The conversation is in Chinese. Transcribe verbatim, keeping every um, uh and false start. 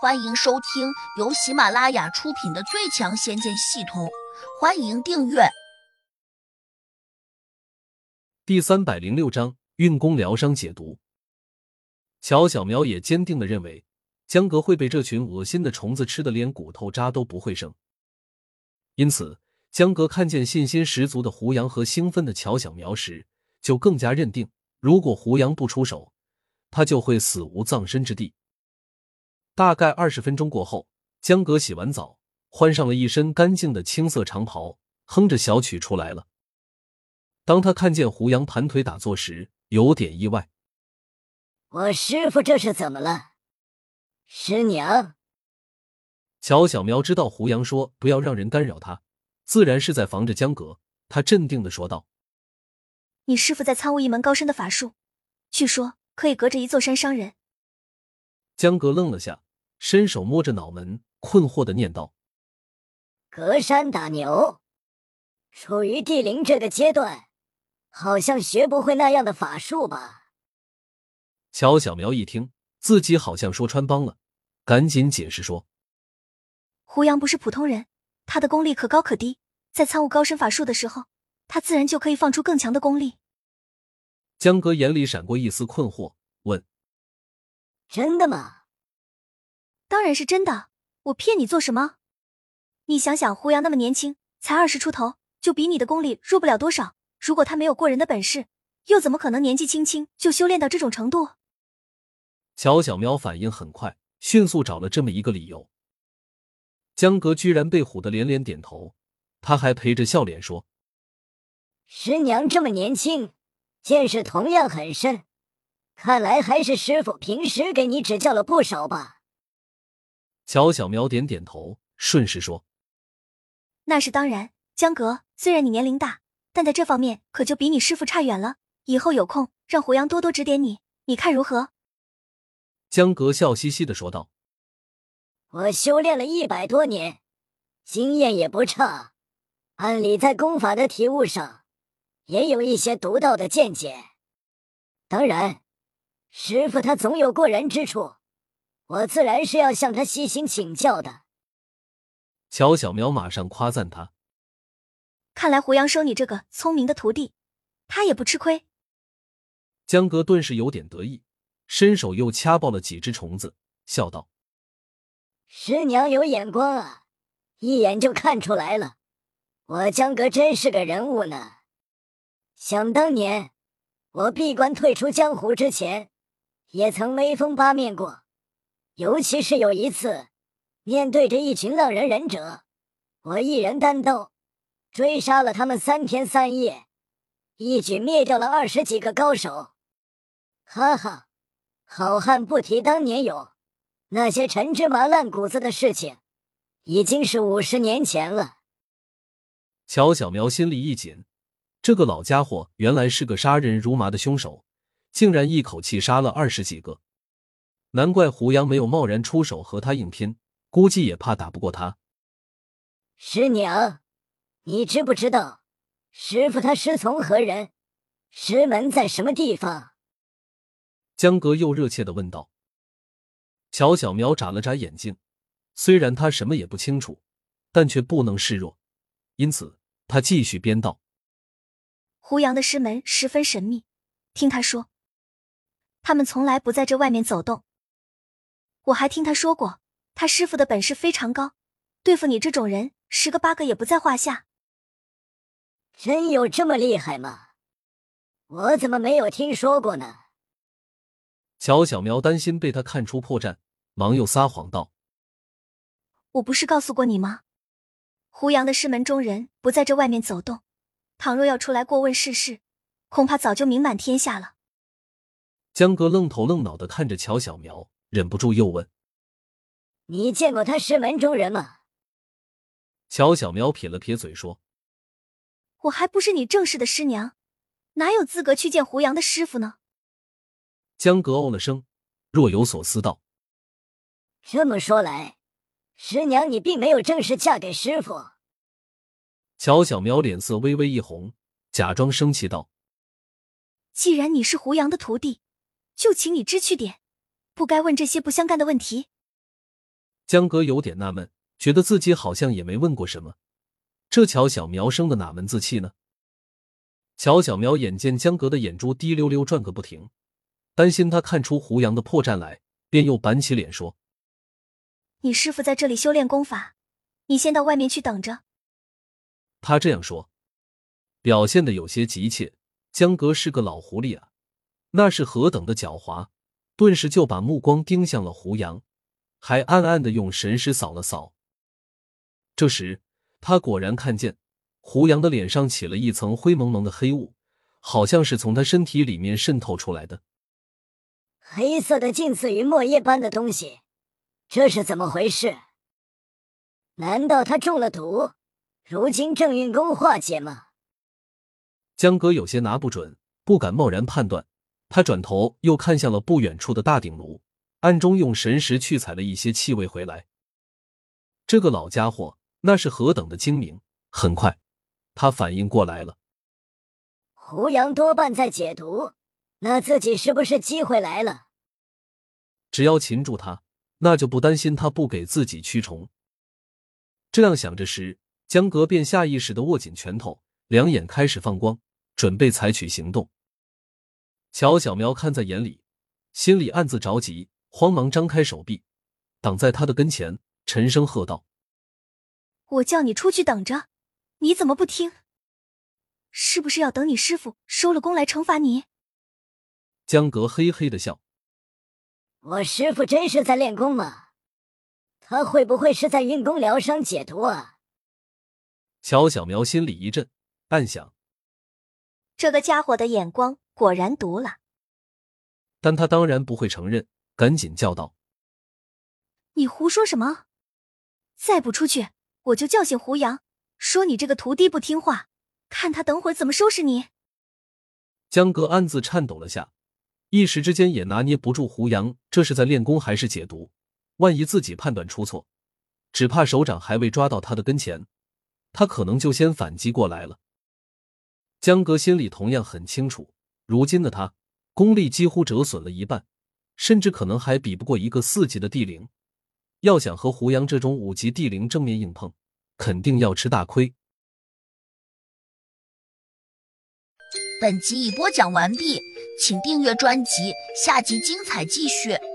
欢迎收听由喜马拉雅出品的《最强仙剑系统》，欢迎订阅。 第三百零六章运功疗伤解毒。乔小苗也坚定地认为，江阁会被这群恶心的虫子吃得连骨头渣都不会剩。因此，江阁看见信心十足的胡杨和兴奋的乔小苗时，就更加认定，如果胡杨不出手，他就会死无葬身之地。大概二十分钟过后，江阁洗完澡，换上了一身干净的青色长袍，哼着小曲出来了。当他看见胡杨盘腿打坐时，有点意外。 我师父这是怎么了？师娘。 乔小苗知道胡杨说不要让人干扰他，自然是在防着江阁，他镇定地说道： 你师父在参悟一门高深的法术，据说可以隔着一座山伤人。 江阁愣了下，伸手摸着脑门，困惑地念道： 隔山打牛？处于地灵这个阶段，好像学不会那样的法术吧？ 乔小苗一听，自己好像说穿帮了，赶紧解释说： 胡杨不是普通人，他的功力可高可低，在参悟高深法术的时候，他自然就可以放出更强的功力。 江阁眼里闪过一丝困惑，问： 真的吗？ 当然是真的，我骗你做什么？你想想，胡杨那么年轻，才二十出头，就比你的功力弱不了多少，如果他没有过人的本事，又怎么可能年纪轻轻就修炼到这种程度？ 乔小苗反应很快，迅速找了这么一个理由。江阁居然被唬得连连点头，他还陪着笑脸说： 师娘这么年轻，见识同样很深，看来还是师父平时给你指教了不少吧。 乔小苗点点头，顺势说： 那是当然，江阁，虽然你年龄大，但在这方面可就比你师父差远了，以后有空让胡杨多多指点你，你看如何？ 江阁笑嘻嘻地说道： 我修炼了一百多年，经验也不差，按理在功法的体悟上也有一些独到的见解。当然，师父他总有过人之处，我自然是要向他细心请教的。 乔小苗马上夸赞他： 看来胡杨收你这个聪明的徒弟，他也不吃亏。 江阁顿时有点得意，伸手又掐爆了几只虫子，笑道： 师娘有眼光啊，一眼就看出来了，我江阁真是个人物呢。想当年，我闭关退出江湖之前，也曾威风八面过，尤其是有一次，面对着一群浪人忍者，我一人单斗，追杀了他们三天三夜，一举灭掉了二十几个高手。哈哈，好汉不提当年勇，那些陈芝麻烂谷子的事情，已经是五十年前了。 乔小苗心里一紧，这个老家伙原来是个杀人如麻的凶手，竟然一口气杀了二十几个。难怪胡杨没有贸然出手和他硬拼，估计也怕打不过他。 师娘，你知不知道师父他师从何人？师门在什么地方？ 江阁又热切地问道。乔小苗眨了眨眼睛，虽然他什么也不清楚，但却不能示弱，因此他继续编道： 胡杨的师门十分神秘，听他说，他们从来不在这外面走动。我还听他说过，他师父的本事非常高，对付你这种人，十个八个也不在话下。 真有这么厉害吗？我怎么没有听说过呢？ 乔小苗担心被他看出破绽，忙又撒谎道： 我不是告诉过你吗？胡杨的师门中人不在这外面走动，倘若要出来过问世事，恐怕早就名满天下了。 江阁愣头愣脑地看着乔小苗，忍不住又问： 你见过他师门中人吗？ 乔小苗撇了撇嘴说： 我还不是你正式的师娘，哪有资格去见胡杨的师傅呢？ 江阁哦了声，若有所思道： 这么说来，师娘你并没有正式嫁给师傅。 乔小苗脸色微微一红，假装生气道： 既然你是胡杨的徒弟，就请你知趣点，不该问这些不相干的问题。 江哥有点纳闷，觉得自己好像也没问过什么，这乔小苗生的哪门子气呢？乔小苗眼见江哥的眼珠滴溜溜转个不停，担心他看出胡杨的破绽来，便又板起脸说： 你师父在这里修炼功法，你先到外面去等着。 他这样说，表现得有些急切。江哥是个老狐狸啊，那是何等的狡猾，顿时就把目光盯向了胡杨，还暗暗地用神识扫了扫。这时他果然看见胡杨的脸上起了一层灰蒙蒙的黑雾，好像是从他身体里面渗透出来的。 黑色的近似于墨液般的东西，这是怎么回事？难道他中了毒，如今正运功化解吗？ 江哥有些拿不准，不敢贸然判断。他转头又看向了不远处的大鼎炉，暗中用神识去采了一些气味回来。这个老家伙那是何等的精明，很快他反应过来了。 胡杨多半在解毒，那自己是不是机会来了？ 只要擒住他，那就不担心他不给自己驱虫。这样想着时，江哥便下意识地握紧拳头，两眼开始放光，准备采取行动。乔小苗看在眼里，心里暗自着急，慌忙张开手臂挡在他的跟前，沉声喝道： 我叫你出去等着，你怎么不听？是不是要等你师父收了功来惩罚你？ 江哥嘿嘿地笑： 我师父真是在练功吗？他会不会是在运功疗伤解毒啊？ 乔小苗心里一震，暗想这个家伙的眼光果然毒了。 但他当然不会承认，赶紧叫道： 你胡说什么？再不出去，我就叫醒胡杨，说你这个徒弟不听话，看他等会儿怎么收拾你。 江哥暗自颤抖了下，一时之间也拿捏不住胡杨这是在练功还是解毒，万一自己判断出错，只怕手掌还未抓到他的跟前，他可能就先反击过来了。江哥心里同样很清楚，如今的他功力几乎折损了一半，甚至可能还比不过一个四级的地灵，要想和胡杨这种五级地灵正面硬碰，肯定要吃大亏。 本集已播讲完毕，请订阅专辑，下集精彩继续。